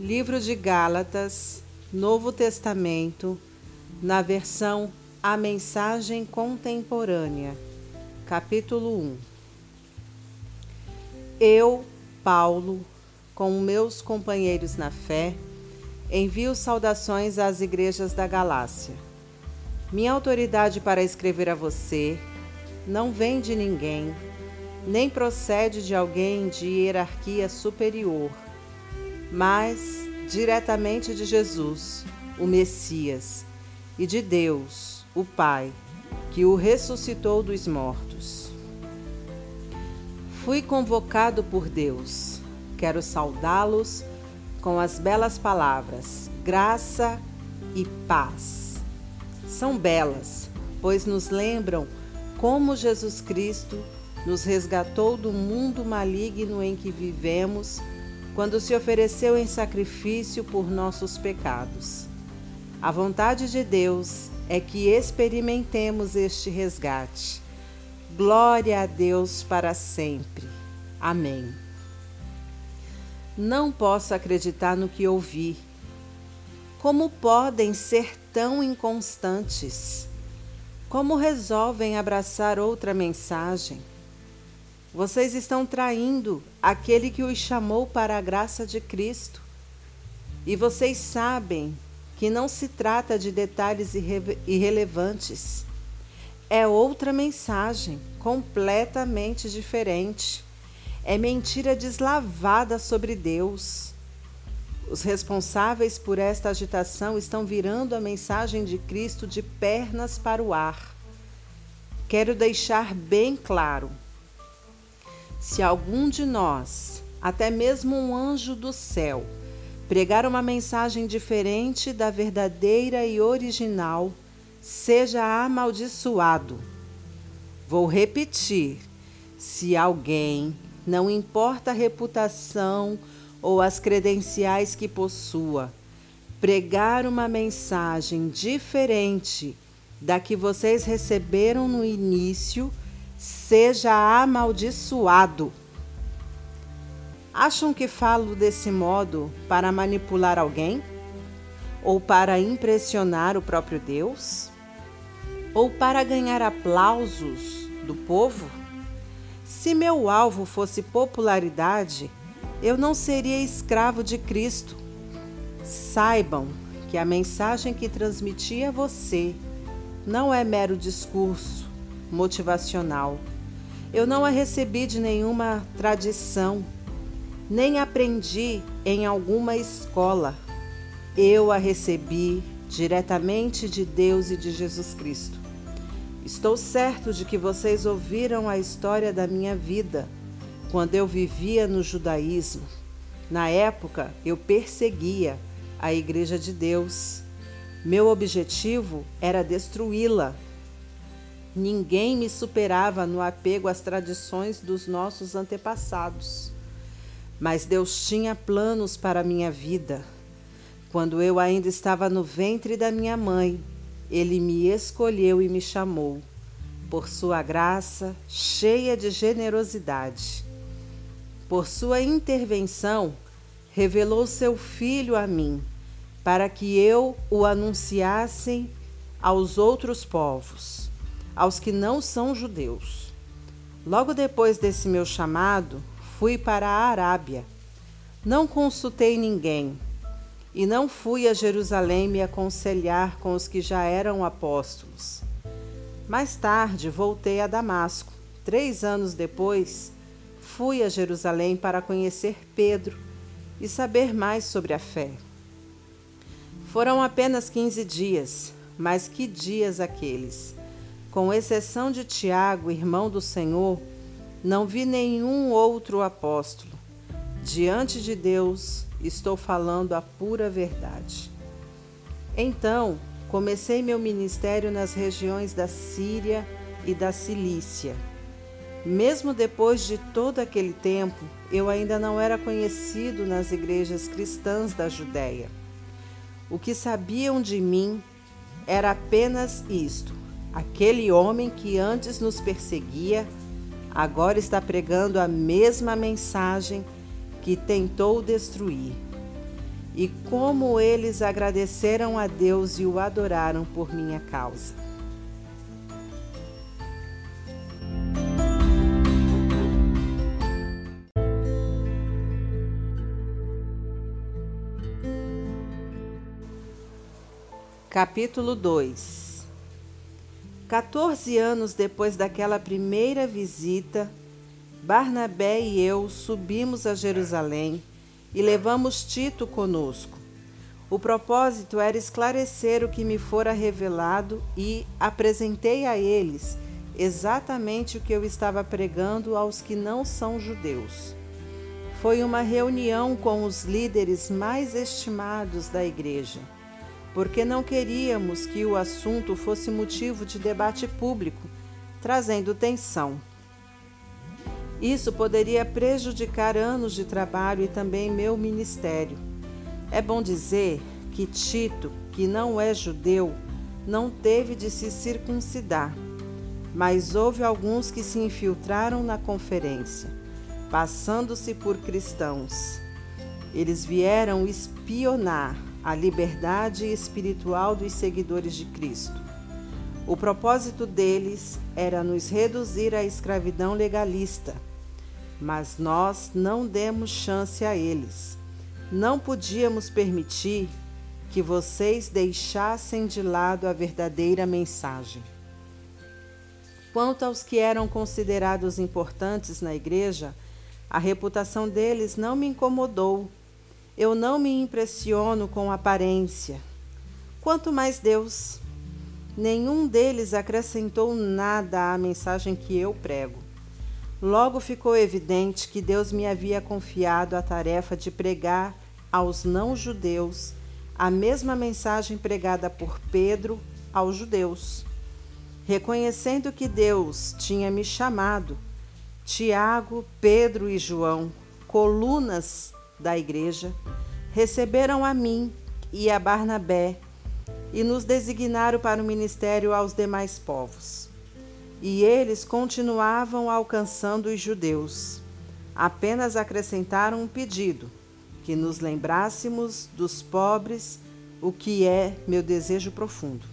Livro de Gálatas, Novo Testamento, na versão A Mensagem Contemporânea, capítulo 1. Eu, Paulo, com meus companheiros na fé, envio saudações às igrejas da Galácia. Minha autoridade para escrever a você não vem de ninguém, nem procede de alguém de hierarquia superior, mas diretamente de Jesus, o Messias, e de Deus, o Pai, que o ressuscitou dos mortos. Fui convocado por Deus. Quero saudá-los com as belas palavras, graça e paz. São belas, pois nos lembram como Jesus Cristo nos resgatou do mundo maligno em que vivemos, quando se ofereceu em sacrifício por nossos pecados. A vontade de Deus é que experimentemos este resgate. Glória a Deus para sempre. Amém. Não posso acreditar no que ouvi. Como podem ser tão inconstantes? Como resolvem abraçar outra mensagem? Vocês estão traindo aquele que os chamou para a graça de Cristo. E vocês sabem que não se trata de detalhes irrelevantes. É outra mensagem, completamente diferente. É mentira deslavada sobre Deus. Os responsáveis por esta agitação estão virando a mensagem de Cristo de pernas para o ar. Quero deixar bem claro: se algum de nós, até mesmo um anjo do céu, pregar uma mensagem diferente da verdadeira e original, seja amaldiçoado. Vou repetir: se alguém, não importa a reputação ou as credenciais que possua, pregar uma mensagem diferente da que vocês receberam no início, seja amaldiçoado. Acham que falo desse modo para manipular alguém? Ou para impressionar o próprio Deus? Ou para ganhar aplausos do povo? Se meu alvo fosse popularidade, eu não seria escravo de Cristo. Saibam que a mensagem que transmiti a você não é mero discurso motivacional. Eu não a recebi de nenhuma tradição, nem aprendi em alguma escola. Eu a recebi diretamente de Deus e de Jesus Cristo. Estou certo de que vocês ouviram a história da minha vida quando eu vivia no judaísmo. Na época, eu perseguia a Igreja de Deus. Meu objetivo era destruí-la. Ninguém me superava no apego às tradições dos nossos antepassados. Mas Deus tinha planos para a minha vida. Quando eu ainda estava no ventre da minha mãe, Ele me escolheu e me chamou, por sua graça cheia de generosidade. Por sua intervenção, revelou seu Filho a mim, para que eu o anunciasse aos outros povos, aos que não são judeus. Logo depois desse meu chamado, fui para a Arábia. Não consultei ninguém, e não fui a Jerusalém me aconselhar com os que já eram apóstolos. Mais tarde, voltei a Damasco. 3 anos depois, fui a Jerusalém para conhecer Pedro e saber mais sobre a fé. Foram apenas 15 dias, mas que dias aqueles! Com exceção de Tiago, irmão do Senhor, não vi nenhum outro apóstolo. Diante de Deus, estou falando a pura verdade. Então, comecei meu ministério nas regiões da Síria e da Cilícia. Mesmo depois de todo aquele tempo, eu ainda não era conhecido nas igrejas cristãs da Judéia. O que sabiam de mim era apenas isto: aquele homem que antes nos perseguia, agora está pregando a mesma mensagem que tentou destruir. e como eles agradeceram a Deus e o adoraram por minha causa. Capítulo 2. 14 anos depois daquela primeira visita, Barnabé e eu subimos a Jerusalém e levamos Tito conosco. O propósito era esclarecer o que me fora revelado e apresentei a eles exatamente o que eu estava pregando aos que não são judeus. Foi uma reunião com os líderes mais estimados da igreja, porque não queríamos que o assunto fosse motivo de debate público, trazendo tensão. Isso poderia prejudicar anos de trabalho e também meu ministério. É bom dizer que Tito, que não é judeu, não teve de se circuncidar, mas houve alguns que se infiltraram na conferência, passando-se por cristãos. Eles vieram espionar a liberdade espiritual dos seguidores de Cristo. O propósito deles era nos reduzir à escravidão legalista, mas nós não demos chance a eles. Não podíamos permitir que vocês deixassem de lado a verdadeira mensagem. Quanto aos que eram considerados importantes na igreja, a reputação deles não me incomodou. Eu não me impressiono com aparência. Quanto mais Deus. Nenhum deles acrescentou nada à mensagem que eu prego. Logo ficou evidente que Deus me havia confiado a tarefa de pregar aos não-judeus a mesma mensagem pregada por Pedro aos judeus. Reconhecendo que Deus tinha me chamado, Tiago, Pedro e João, colunas da igreja, receberam a mim e a Barnabé e nos designaram para o ministério aos demais povos. E eles continuavam alcançando os judeus. Apenas acrescentaram um pedido, que nos lembrássemos dos pobres, o que é meu desejo profundo.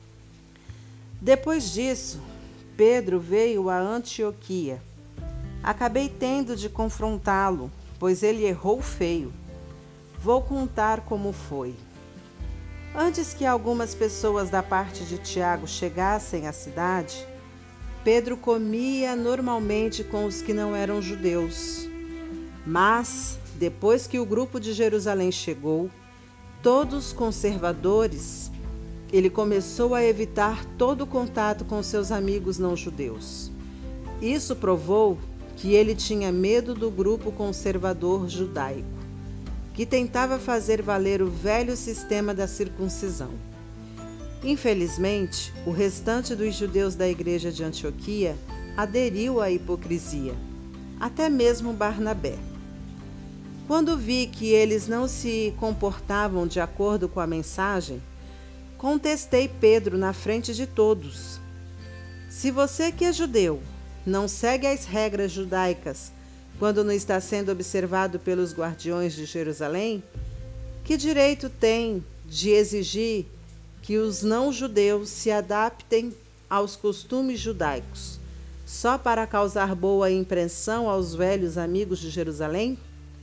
Depois disso, Pedro veio a Antioquia. Acabei tendo de confrontá-lo, pois ele errou feio. Vou contar como foi. Antes que algumas pessoas da parte de Tiago chegassem à cidade, Pedro comia normalmente com os que não eram judeus. Mas, depois que o grupo de Jerusalém chegou, todos conservadores, ele começou a evitar todo contato com seus amigos não-judeus. Isso provou que ele tinha medo do grupo conservador judaico, que tentava fazer valer o velho sistema da circuncisão. Infelizmente, o restante dos judeus da igreja de Antioquia aderiu à hipocrisia, até mesmo Barnabé. Quando vi que eles não se comportavam de acordo com a mensagem, contestei Pedro na frente de todos. Se você que é judeu não segue as regras judaicas quando não está sendo observado pelos guardiões de Jerusalém, que direito tem de exigir que os não-judeus se adaptem aos costumes judaicos, só para causar boa impressão aos velhos amigos de Jerusalém?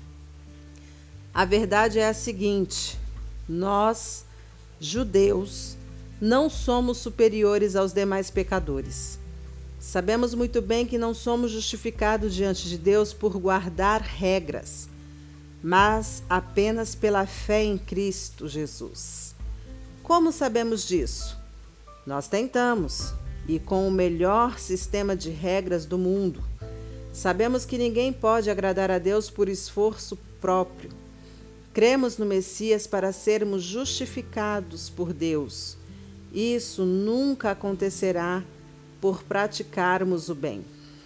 A verdade é a seguinte: nós, judeus, não somos superiores aos demais pecadores. Sabemos muito bem que não somos justificados diante de Deus por guardar regras, mas apenas pela fé em Cristo Jesus. Como sabemos disso? Nós tentamos, e com o melhor sistema de regras do mundo. Sabemos que ninguém pode agradar a Deus por esforço próprio. Cremos no Messias para sermos justificados por Deus. Isso nunca acontecerá por praticarmos o bem.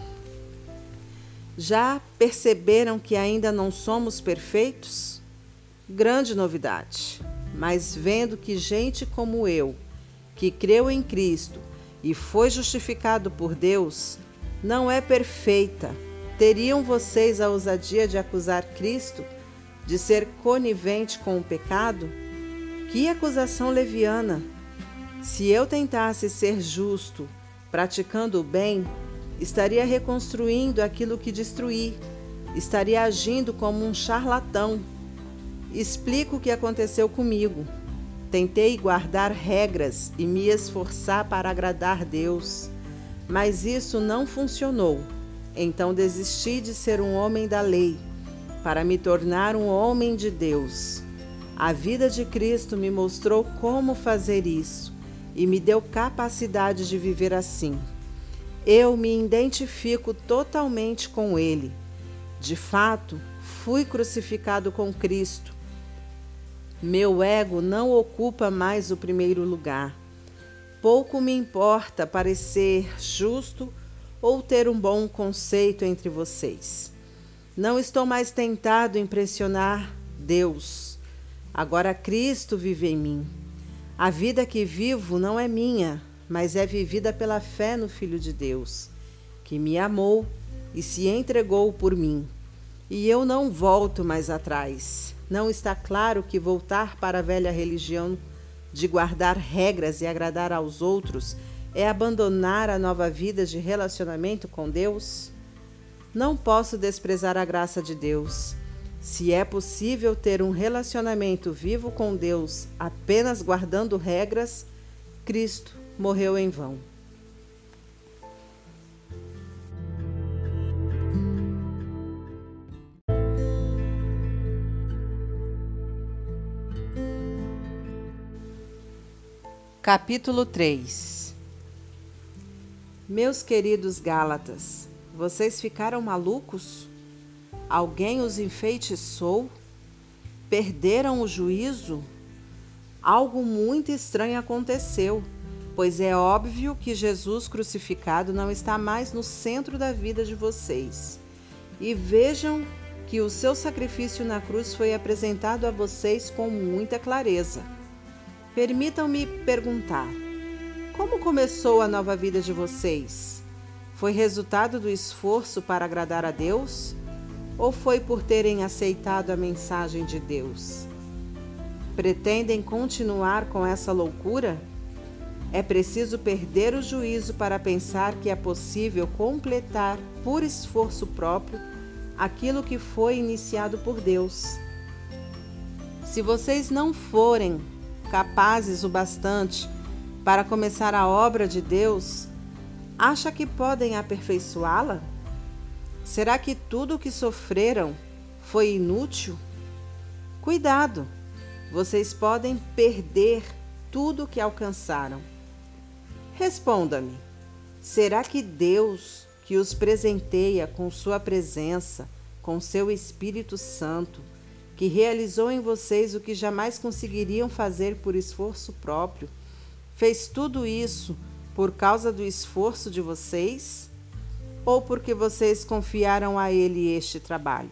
Já perceberam que ainda não somos perfeitos? Grande novidade! Mas vendo que gente como eu, que creu em Cristo e foi justificado por Deus, não é perfeita, teriam vocês a ousadia de acusar Cristo? de ser conivente com o pecado? Que acusação leviana! Se eu tentasse ser justo, praticando o bem, estaria reconstruindo aquilo que destruí, estaria agindo como um charlatão. Explico o que aconteceu comigo. Tentei guardar regras e me esforçar para agradar Deus, mas isso não funcionou. Então desisti de ser um homem da lei, para me tornar um homem de Deus. A vida de Cristo me mostrou como fazer isso e me deu capacidade de viver assim. Eu me identifico totalmente com Ele. De fato, fui crucificado com Cristo. Meu ego não ocupa mais o primeiro lugar. Pouco me importa parecer justo ou ter um bom conceito entre vocês. Não estou mais tentado impressionar Deus. Agora Cristo vive em mim. A vida que vivo não é minha, mas é vivida pela fé no Filho de Deus, que me amou e se entregou por mim. E eu não volto mais atrás. Não está claro que voltar para a velha religião de guardar regras e agradar aos outros é abandonar a nova vida de relacionamento com Deus? Não posso desprezar a graça de Deus. Se é possível ter um relacionamento vivo com Deus apenas guardando regras, Cristo morreu em vão. Capítulo 3. Meus queridos Gálatas, vocês ficaram malucos? Alguém os enfeitiçou? Perderam o juízo? Algo muito estranho aconteceu, pois é óbvio que Jesus crucificado não está mais no centro da vida de vocês. E vejam que o seu sacrifício na cruz foi apresentado a vocês com muita clareza. Permitam-me perguntar: como começou a nova vida de vocês? Foi resultado do esforço para agradar a Deus? Ou foi por terem aceitado a mensagem de Deus? Pretendem continuar com essa loucura? É preciso perder o juízo para pensar que é possível completar, por esforço próprio, aquilo que foi iniciado por Deus. Se vocês não forem capazes o bastante para começar a obra de Deus, acha que podem aperfeiçoá-la? Será que tudo o que sofreram foi inútil? Cuidado! Vocês podem perder tudo o que alcançaram. Responda-me: será que Deus, que os presenteia com sua presença, com seu Espírito Santo, que realizou em vocês o que jamais conseguiriam fazer por esforço próprio, fez tudo isso por causa do esforço de vocês? Ou porque vocês confiaram a Ele este trabalho?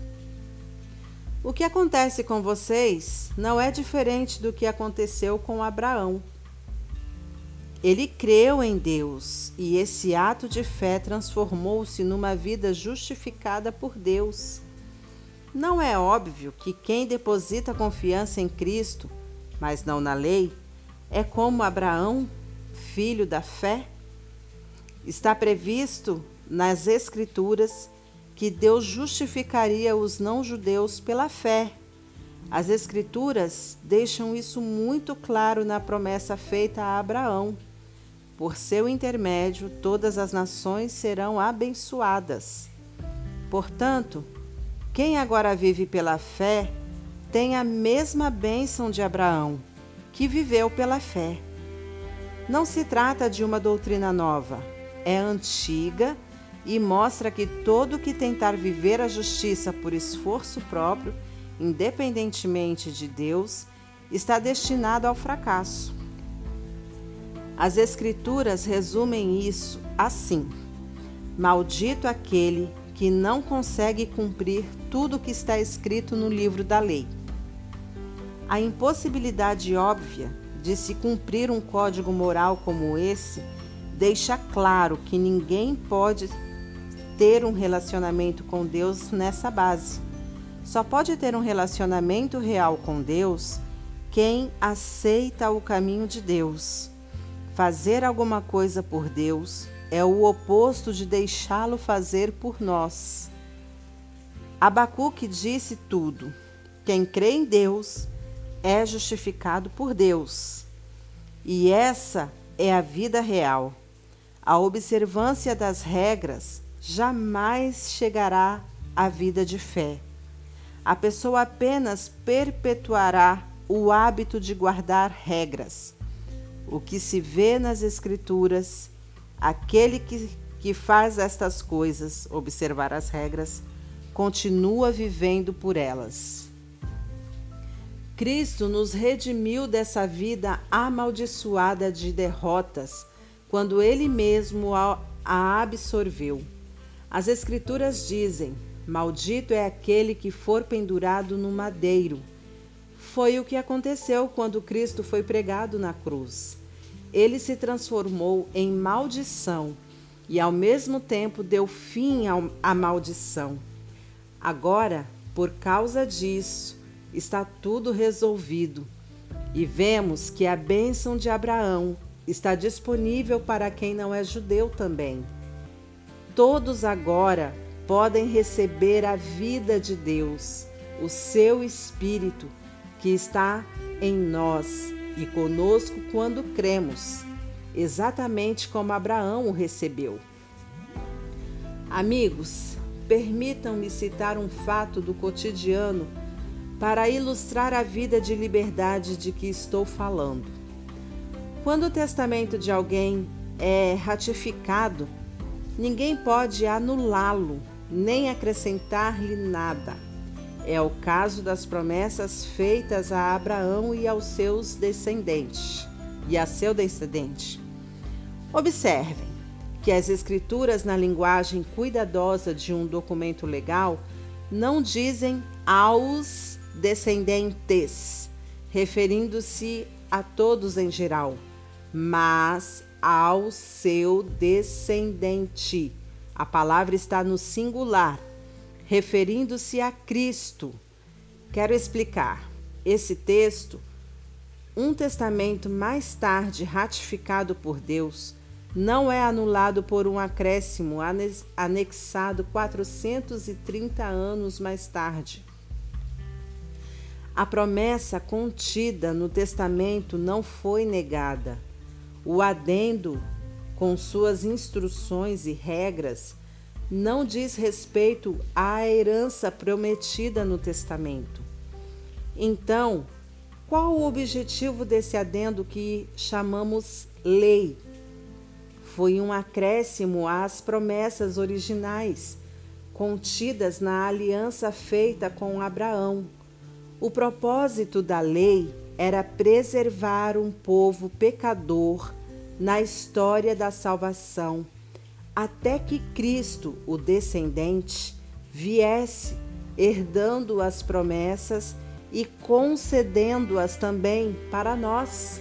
O que acontece com vocês não é diferente do que aconteceu com Abraão. Ele creu em Deus e esse ato de fé transformou-se numa vida justificada por Deus. Não é óbvio que quem deposita confiança em Cristo, mas não na lei, é como Abraão, filho da fé? Está previsto nas Escrituras que Deus justificaria os não-judeus pela fé. As Escrituras deixam isso muito claro na promessa feita a Abraão. Por seu intermédio, todas as nações serão abençoadas. Portanto, quem agora vive pela fé tem a mesma bênção de Abraão, que viveu pela fé. Não se trata de uma doutrina nova, é antiga e mostra que todo que tentar viver a justiça por esforço próprio, independentemente de Deus, está destinado ao fracasso. As Escrituras resumem isso assim: maldito aquele que não consegue cumprir tudo o que está escrito no livro da lei. A impossibilidade óbvia de se cumprir um código moral como esse deixa claro que ninguém pode ter um relacionamento com Deus nessa base. Só pode ter um relacionamento real com Deus quem aceita o caminho de Deus. Fazer alguma coisa por Deus é o oposto de deixá-lo fazer por nós. Abacuque disse tudo. Quem crê em Deus é justificado por Deus. E essa é a vida real. A observância das regras jamais chegará à vida de fé. A pessoa apenas perpetuará o hábito de guardar regras. O que se vê nas Escrituras, aquele que faz estas coisas, observar as regras, continua vivendo por elas. Cristo nos redimiu dessa vida amaldiçoada de derrotas, quando Ele mesmo a absorveu. As Escrituras dizem: maldito é aquele que for pendurado no madeiro. Foi o que aconteceu quando Cristo foi pregado na cruz. Ele se transformou em maldição e, ao mesmo tempo, deu fim à maldição. Agora, por causa disso, está tudo resolvido. E vemos que a bênção de Abraão está disponível para quem não é judeu também. Todos agora podem receber a vida de Deus, o seu Espírito, que está em nós e conosco quando cremos, exatamente como Abraão o recebeu. Amigos, permitam-me citar um fato do cotidiano para ilustrar a vida de liberdade de que estou falando. Quando o testamento de alguém é ratificado, ninguém pode anulá-lo, nem acrescentar-lhe nada. É o caso das promessas feitas a Abraão e aos seus descendentes, e a seu descendente. Observem que as Escrituras, na linguagem cuidadosa de um documento legal, não dizem aos descendentes, referindo-se a todos em geral, mas ao seu descendente. A palavra está no singular, referindo-se a Cristo. Quero explicar. Esse texto, um testamento mais tarde ratificado por Deus, não é anulado por um acréscimo anexado 430 anos mais tarde. A promessa contida no testamento não foi negada. O adendo, com suas instruções e regras, não diz respeito à herança prometida no testamento. Então, qual o objetivo desse adendo que chamamos lei? Foi um acréscimo às promessas originais, contidas na aliança feita com Abraão. O propósito da lei era preservar um povo pecador na história da salvação, até que Cristo, o descendente, viesse herdando as promessas e concedendo-as também para nós.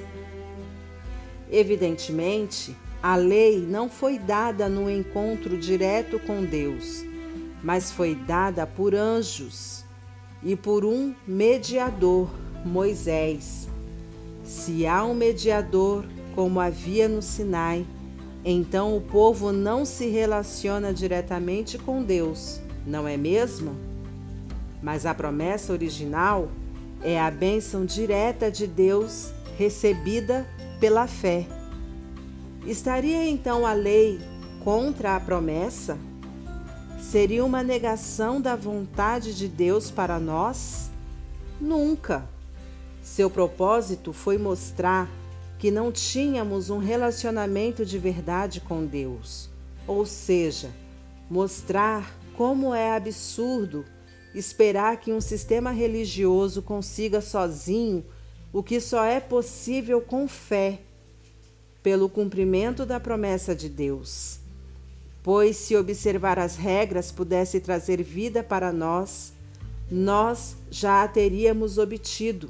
Evidentemente, a lei não foi dada no encontro direto com Deus, mas foi dada por anjos e por um mediador, Moisés. Se há um mediador, como havia no Sinai, então o povo não se relaciona diretamente com Deus, não é mesmo? Mas a promessa original é a bênção direta de Deus recebida pela fé. Estaria então a lei contra a promessa? Seria uma negação da vontade de Deus para nós? Nunca! Seu propósito foi mostrar que não tínhamos um relacionamento de verdade com Deus, ou seja, mostrar como é absurdo esperar que um sistema religioso consiga sozinho o que só é possível com fé, pelo cumprimento da promessa de Deus. Pois se observar as regras pudesse trazer vida para nós, nós já a teríamos obtido.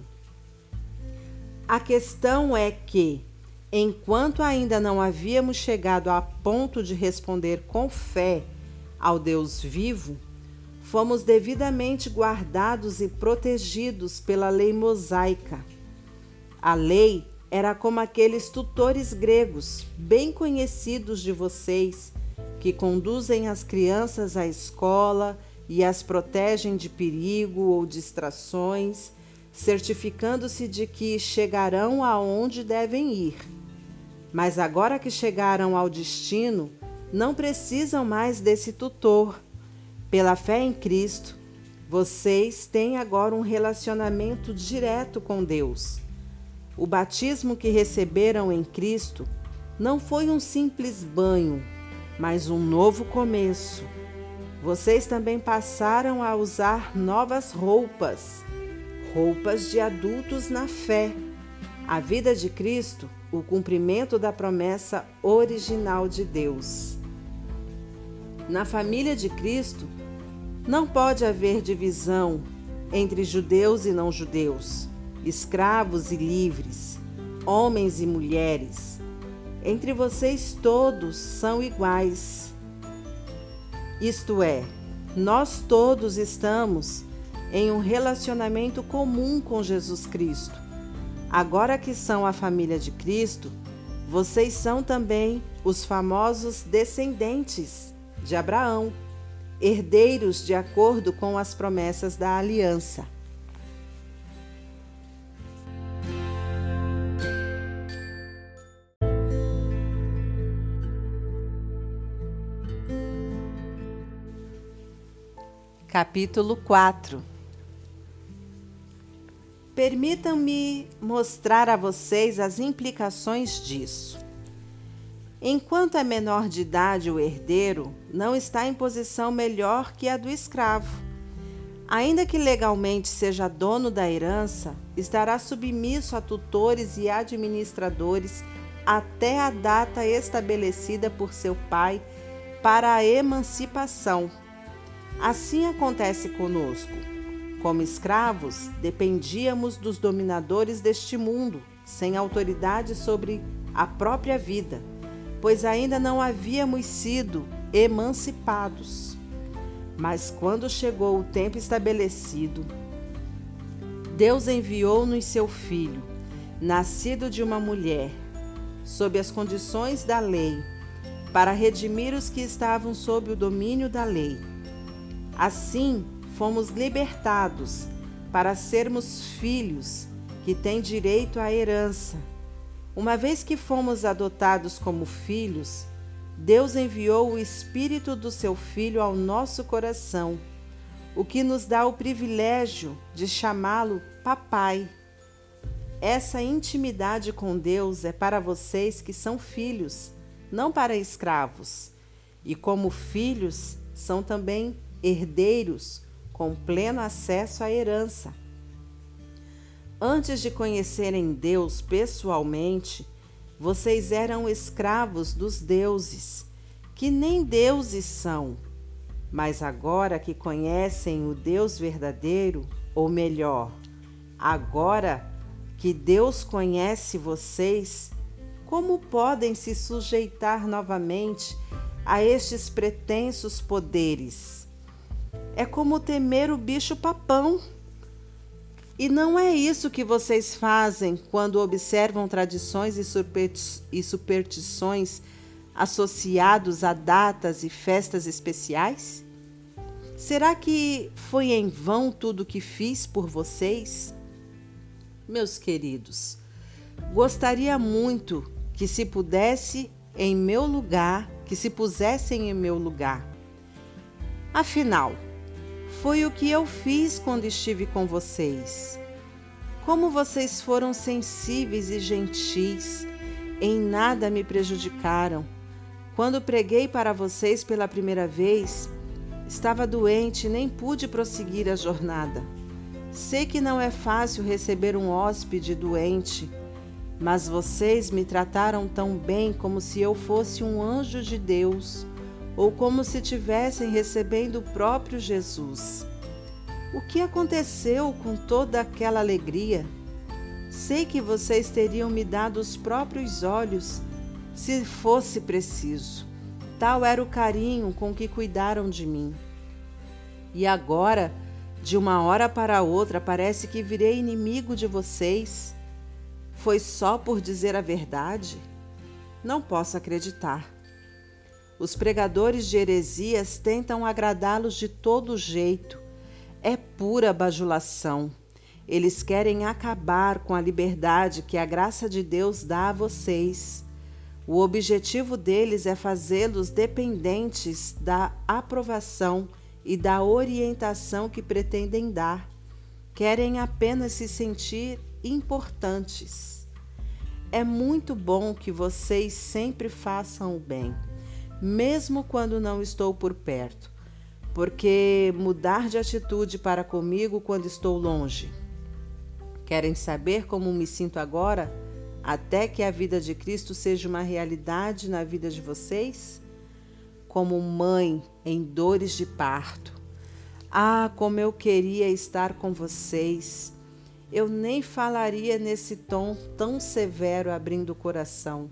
A questão é que, enquanto ainda não havíamos chegado a ponto de responder com fé ao Deus vivo, fomos devidamente guardados e protegidos pela lei mosaica. A lei era como aqueles tutores gregos, bem conhecidos de vocês, que conduzem as crianças à escola e as protegem de perigo ou distrações, certificando-se de que chegarão aonde devem ir. Mas agora que chegaram ao destino, não precisam mais desse tutor. Pela fé em Cristo, vocês têm agora um relacionamento direto com Deus. O batismo que receberam em Cristo não foi um simples banho, mas um novo começo. Vocês também passaram a usar novas roupas de adultos na fé. A vida de Cristo, o cumprimento da promessa original de Deus. Na família de Cristo, não pode haver divisão entre judeus e não judeus, escravos e livres, homens e mulheres. Entre vocês todos são iguais. Isto é, nós todos estamos em um relacionamento comum com Jesus Cristo. Agora que são a família de Cristo, vocês são também os famosos descendentes de Abraão, herdeiros de acordo com as promessas da aliança. Capítulo 4. Permitam-me mostrar a vocês as implicações disso. Enquanto é menor de idade, o herdeiro não está em posição melhor que a do escravo. Ainda que legalmente seja dono da herança, estará submisso a tutores e administradores até a data estabelecida por seu pai para a emancipação. Assim acontece conosco. Como escravos, dependíamos dos dominadores deste mundo, sem autoridade sobre a própria vida, pois ainda não havíamos sido emancipados. Mas quando chegou o tempo estabelecido, Deus enviou-nos seu Filho, nascido de uma mulher, sob as condições da lei, para redimir os que estavam sob o domínio da lei. Assim, fomos libertados para sermos filhos que têm direito à herança. Uma vez que fomos adotados como filhos, Deus enviou o Espírito do seu Filho ao nosso coração, o que nos dá o privilégio de chamá-lo Papai. Essa intimidade com Deus é para vocês que são filhos, não para escravos. E como filhos, são também herdeiros, com pleno acesso à herança. Antes de conhecerem Deus pessoalmente, vocês eram escravos dos deuses, que nem deuses são. Mas agora que conhecem o Deus verdadeiro, ou melhor, agora que Deus conhece vocês, como podem se sujeitar novamente a estes pretensos poderes? É como temer o bicho-papão. E não é isso que vocês fazem quando observam tradições e superstições associados a datas e festas especiais? Será que foi em vão tudo o que fiz por vocês? Meus queridos, gostaria muito que se pusessem em meu lugar. Afinal, foi o que eu fiz quando estive com vocês. Como vocês foram sensíveis e gentis, em nada me prejudicaram. Quando preguei para vocês pela primeira vez, estava doente e nem pude prosseguir a jornada. Sei que não é fácil receber um hóspede doente, mas vocês me trataram tão bem como se eu fosse um anjo de Deus, ou como se estivessem recebendo o próprio Jesus. O que aconteceu com toda aquela alegria? Sei que vocês teriam me dado os próprios olhos, se fosse preciso. Tal era o carinho com que cuidaram de mim. E agora, de uma hora para outra, parece que virei inimigo de vocês. Foi só por dizer a verdade? Não posso acreditar. Os pregadores de heresias tentam agradá-los de todo jeito. É pura bajulação. Eles querem acabar com a liberdade que a graça de Deus dá a vocês. O objetivo deles é fazê-los dependentes da aprovação e da orientação que pretendem dar. Querem apenas se sentir importantes. É muito bom que vocês sempre façam o bem, mesmo quando não estou por perto, porque mudar de atitude para comigo quando estou longe. Querem saber como me sinto agora, até que a vida de Cristo seja uma realidade na vida de vocês? Como mãe em dores de parto. Ah, como eu queria estar com vocês! Eu nem falaria nesse tom tão severo, abrindo o coração.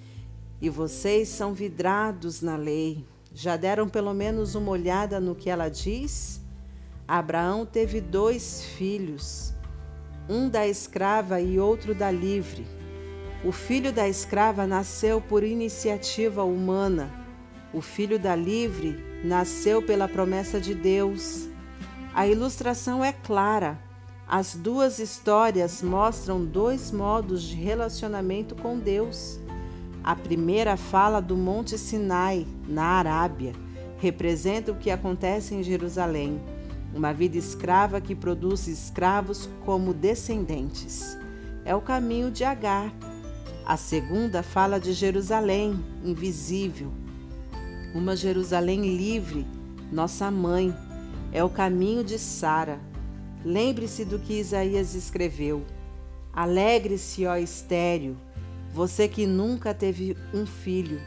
E vocês são vidrados na lei. Já deram pelo menos uma olhada no que ela diz? Abraão teve 2 filhos, um da escrava e outro da livre. O filho da escrava nasceu por iniciativa humana. O filho da livre nasceu pela promessa de Deus. A ilustração é clara. As 2 histórias mostram 2 modos de relacionamento com Deus. A primeira fala do Monte Sinai, na Arábia. Representa o que acontece em Jerusalém. Uma vida escrava que produz escravos como descendentes. É o caminho de Agar. A segunda fala de Jerusalém, invisível. Uma Jerusalém livre, nossa mãe. É o caminho de Sara. Lembre-se do que Isaías escreveu. Alegre-se, ó estéril, você que nunca teve um filho.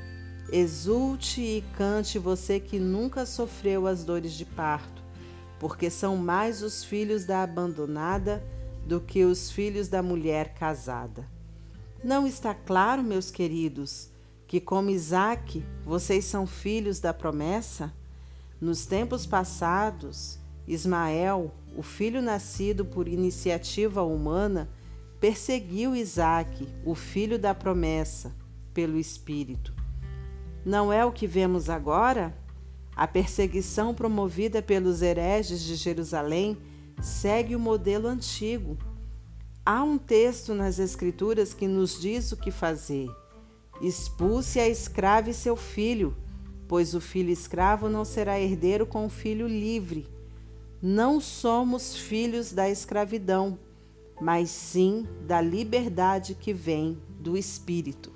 Exulte e cante, você que nunca sofreu as dores de parto, porque são mais os filhos da abandonada do que os filhos da mulher casada. Não está claro, meus queridos, que como Isaque, vocês são filhos da promessa? Nos tempos passados, Ismael, o filho nascido por iniciativa humana, perseguiu Isaque, o filho da promessa, pelo Espírito. Não é o que vemos agora? A perseguição promovida pelos hereges de Jerusalém segue o modelo antigo. Há um texto nas Escrituras que nos diz o que fazer. Expulse a escrava e seu filho, pois o filho escravo não será herdeiro com o filho livre. Não somos filhos da escravidão, mas sim da liberdade que vem do Espírito.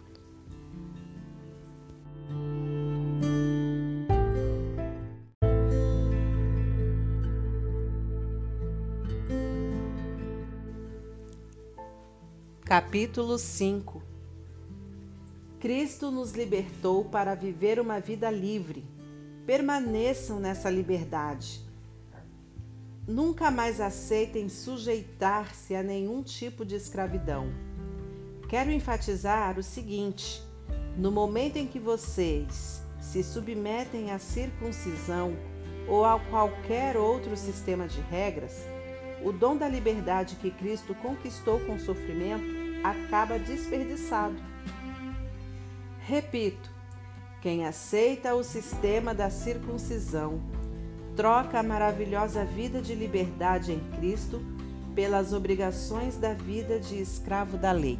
Capítulo 5. Cristo nos libertou para viver uma vida livre. Permaneçam nessa liberdade. Nunca mais aceitem sujeitar-se a nenhum tipo de escravidão. Quero enfatizar o seguinte: no momento em que vocês se submetem à circuncisão ou a qualquer outro sistema de regras, o dom da liberdade que Cristo conquistou com sofrimento acaba desperdiçado. Repito, quem aceita o sistema da circuncisão troca a maravilhosa vida de liberdade em Cristo pelas obrigações da vida de escravo da lei.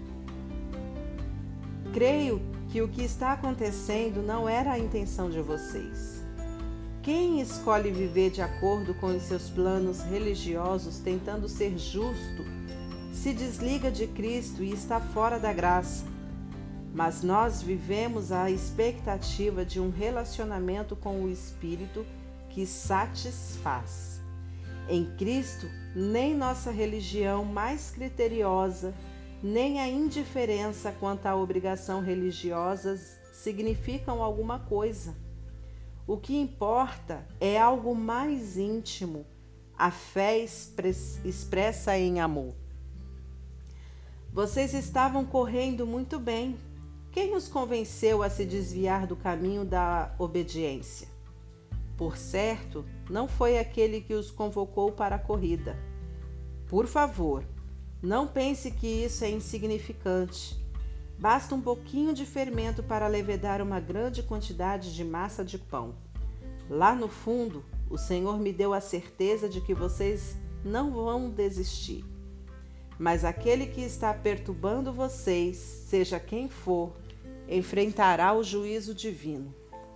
Creio que o que está acontecendo não era a intenção de vocês. Quem escolhe viver de acordo com os seus planos religiosos, tentando ser justo, se desliga de Cristo e está fora da graça. Mas nós vivemos a expectativa de um relacionamento com o Espírito que satisfaz. Em Cristo, nem nossa religião mais criteriosa, nem a indiferença quanto à obrigação religiosa significam alguma coisa. O que importa é algo mais íntimo, a fé expressa em amor. Vocês estavam correndo muito bem. Quem os convenceu a se desviar do caminho da obediência? por certo, não foi aquele que os convocou para a corrida. Por favor, não pense que isso é insignificante. Basta um pouquinho de fermento para levedar uma grande quantidade de massa de pão. Lá no fundo, o Senhor me deu a certeza de que vocês não vão desistir. Mas aquele que está perturbando vocês, seja quem for, enfrentará o juízo divino.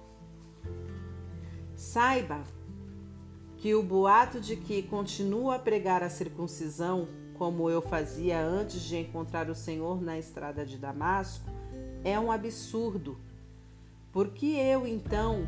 Saiba que o boato de que continuo a pregar a circuncisão, como eu fazia antes de encontrar o Senhor na estrada de Damasco, é um absurdo. Porque eu, então,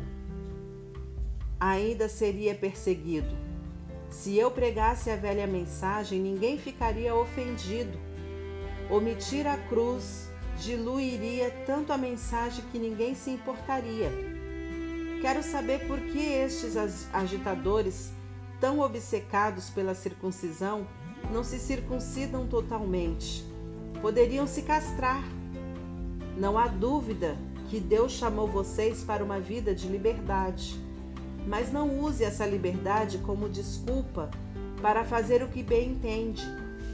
ainda seria perseguido? Se eu pregasse a velha mensagem, ninguém ficaria ofendido. Omitir a cruz diluiria tanto a mensagem que ninguém se importaria. Quero saber por que estes agitadores, tão obcecados pela circuncisão, não se circuncidam totalmente. Poderiam se castrar. Não há dúvida que Deus chamou vocês para uma vida de liberdade. Mas não use essa liberdade como desculpa para fazer o que bem entende,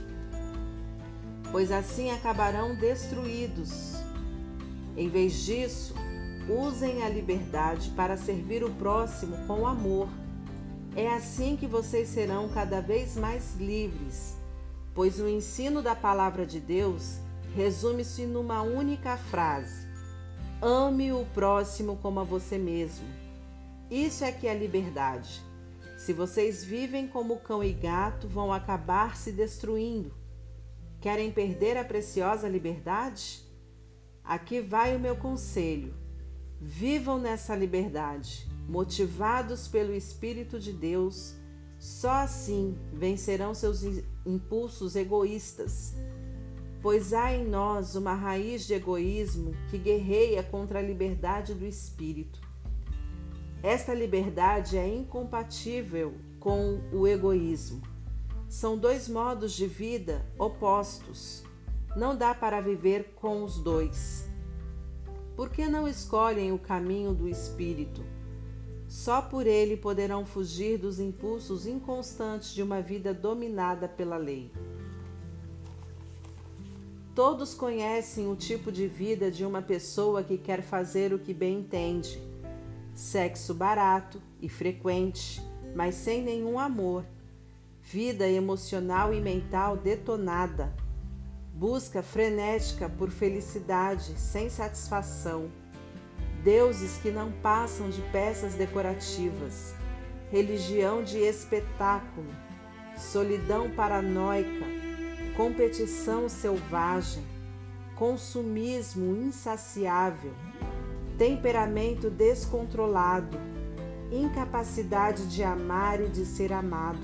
pois assim acabarão destruídos. Em vez disso, usem a liberdade para servir o próximo com amor. É assim que vocês serão cada vez mais livres, pois o ensino da palavra de Deus resume-se numa única frase: ame o próximo como a você mesmo. Isso é que é liberdade. Se vocês vivem como cão e gato, vão acabar se destruindo. Querem perder a preciosa liberdade? Aqui vai o meu conselho. Vivam nessa liberdade, motivados pelo Espírito de Deus. Só assim vencerão seus impulsos egoístas, pois há em nós uma raiz de egoísmo que guerreia contra a liberdade do Espírito. Esta liberdade é incompatível com o egoísmo. São dois modos de vida opostos. Não dá para viver com os dois. Por que não escolhem o caminho do Espírito? Só por ele poderão fugir dos impulsos inconstantes de uma vida dominada pela lei. Todos conhecem o tipo de vida de uma pessoa que quer fazer o que bem entende. Sexo barato e frequente, mas sem nenhum amor. Vida emocional e mental detonada. Busca frenética por felicidade sem satisfação. Deuses que não passam de peças decorativas. Religião de espetáculo. Solidão paranoica. Competição selvagem. Consumismo insaciável. Temperamento descontrolado, incapacidade de amar e de ser amado,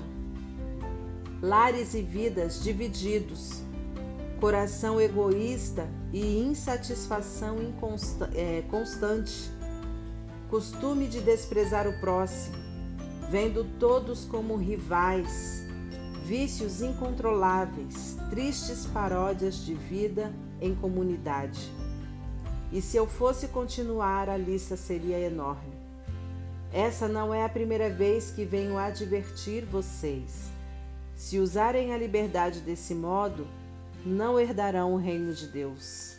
lares e vidas divididos, coração egoísta e insatisfação constante, costume de desprezar o próximo, vendo todos como rivais, vícios incontroláveis, tristes paródias de vida em comunidade. E se eu fosse continuar, a lista seria enorme. Essa não é a primeira vez que venho advertir vocês. Se usarem a liberdade desse modo, não herdarão o reino de Deus.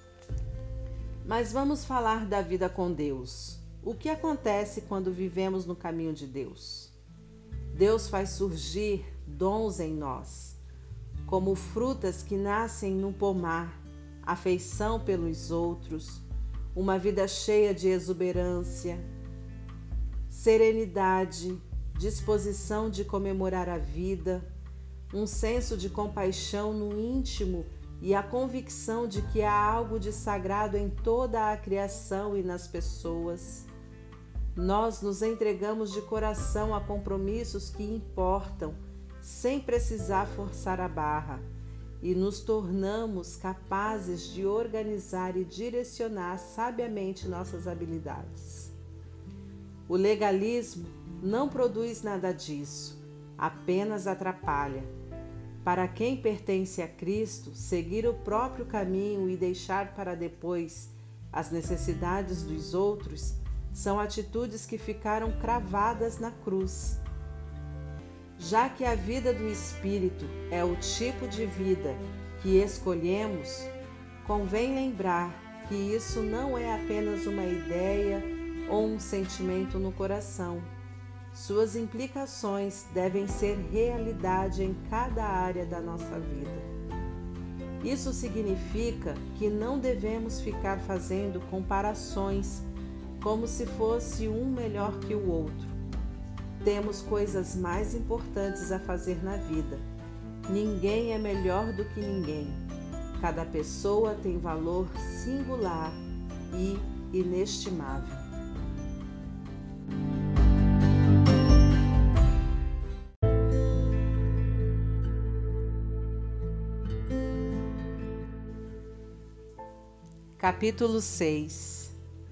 Mas vamos falar da vida com Deus. O que acontece quando vivemos no caminho de Deus? Deus faz surgir dons em nós, como frutas que nascem no pomar, afeição pelos outros, uma vida cheia de exuberância, serenidade, disposição de comemorar a vida, um senso de compaixão no íntimo e a convicção de que há algo de sagrado em toda a criação e nas pessoas. Nós nos entregamos de coração a compromissos que importam, sem precisar forçar a barra, e nos tornamos capazes de organizar e direcionar sabiamente nossas habilidades. O legalismo não produz nada disso, apenas atrapalha. Para quem pertence a Cristo, seguir o próprio caminho e deixar para depois as necessidades dos outros são atitudes que ficaram cravadas na cruz. Já que a vida do Espírito é o tipo de vida que escolhemos, convém lembrar que isso não é apenas uma ideia ou um sentimento no coração. Suas implicações devem ser realidade em cada área da nossa vida. Isso significa que não devemos ficar fazendo comparações como se fosse um melhor que o outro. Temos coisas mais importantes a fazer na vida. Ninguém é melhor do que ninguém. Cada pessoa tem valor singular e inestimável. Capítulo 6.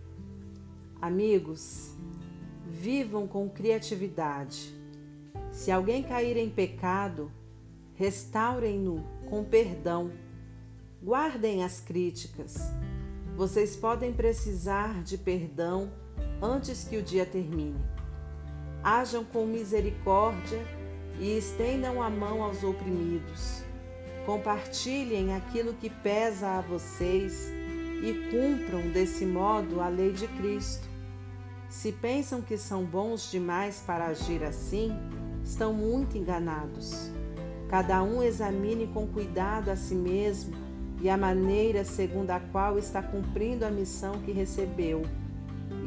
Amigos, vivam com criatividade. Se alguém cair em pecado, restaurem-no com perdão. Guardem as críticas. Vocês podem precisar de perdão antes que o dia termine. Hajam com misericórdia e estendam a mão aos oprimidos. Compartilhem aquilo que pesa a vocês e cumpram desse modo a lei de Cristo. Se pensam que são bons demais para agir assim, estão muito enganados. Cada um examine com cuidado a si mesmo e a maneira segundo a qual está cumprindo a missão que recebeu, e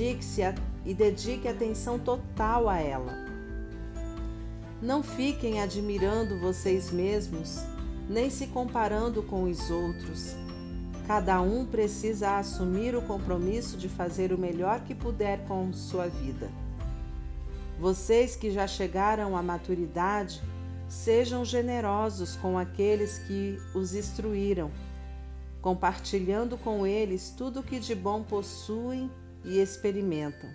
dedique atenção total a ela. Não fiquem admirando vocês mesmos, nem se comparando com os outros. Cada um precisa assumir o compromisso de fazer o melhor que puder com sua vida. Vocês que já chegaram à maturidade, sejam generosos com aqueles que os instruíram, compartilhando com eles tudo o que de bom possuem e experimentam.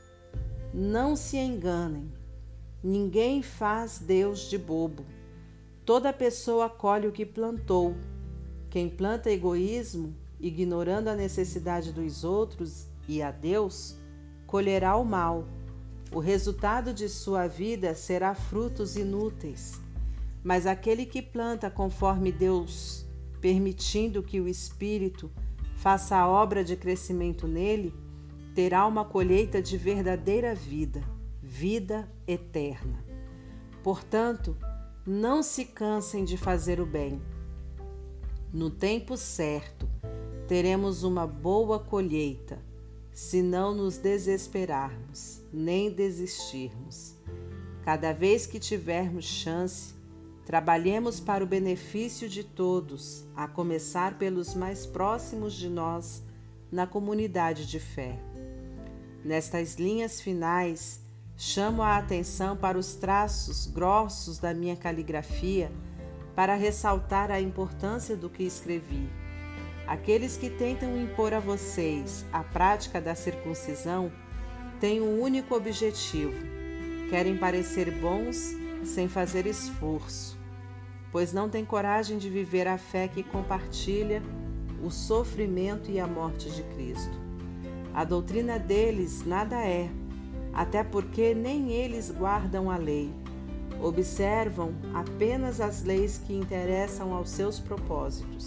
Não se enganem, ninguém faz Deus de bobo. Toda pessoa colhe o que plantou. Quem planta egoísmo, ignorando a necessidade dos outros e a Deus, colherá o mal. O resultado de sua vida será frutos inúteis. Mas aquele que planta conforme Deus, permitindo que o Espírito faça a obra de crescimento nele, terá uma colheita de verdadeira vida, vida eterna. Portanto, não se cansem de fazer o bem. No tempo certo, teremos uma boa colheita, se não nos desesperarmos, nem desistirmos. Cada vez que tivermos chance, trabalhemos para o benefício de todos, a começar pelos mais próximos de nós na comunidade de fé. Nestas linhas finais, chamo a atenção para os traços grossos da minha caligrafia para ressaltar a importância do que escrevi. Aqueles que tentam impor a vocês a prática da circuncisão têm um único objetivo: querem parecer bons sem fazer esforço, pois não têm coragem de viver a fé que compartilha o sofrimento e a morte de Cristo. A doutrina deles nada é, até porque nem eles guardam a lei. Observam apenas as leis que interessam aos seus propósitos.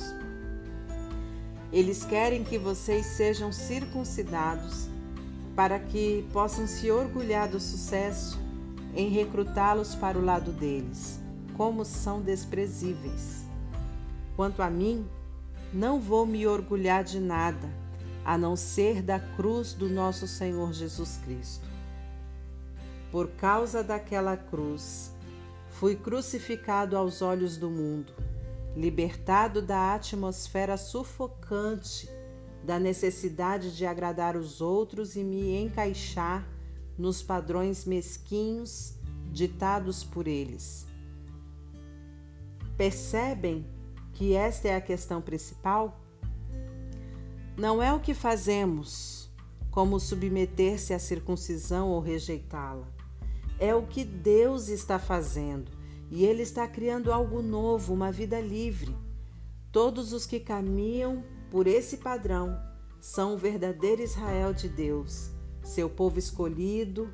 Eles querem que vocês sejam circuncidados para que possam se orgulhar do sucesso em recrutá-los para o lado deles. Como são desprezíveis! Quanto a mim, não vou me orgulhar de nada, a não ser da cruz do nosso Senhor Jesus Cristo. Por causa daquela cruz, fui crucificado aos olhos do mundo, libertado da atmosfera sufocante da necessidade de agradar os outros e me encaixar nos padrões mesquinhos ditados por eles. Percebem que esta é a questão principal? Não é o que fazemos, como submeter-se à circuncisão ou rejeitá-la. É o que Deus está fazendo, e Ele está criando algo novo, uma vida livre. Todos os que caminham por esse padrão são o verdadeiro Israel de Deus, seu povo escolhido.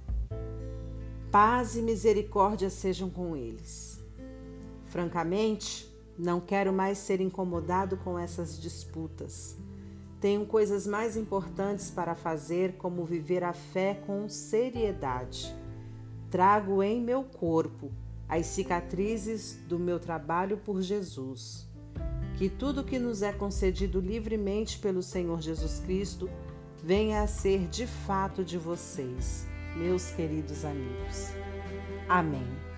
Paz e misericórdia sejam com eles. Francamente, não quero mais ser incomodado com essas disputas. Tenho coisas mais importantes para fazer, como viver a fé com seriedade. Trago em meu corpo as cicatrizes do meu trabalho por Jesus. Que tudo que nos é concedido livremente pelo Senhor Jesus Cristo venha a ser de fato de vocês, meus queridos amigos. Amém.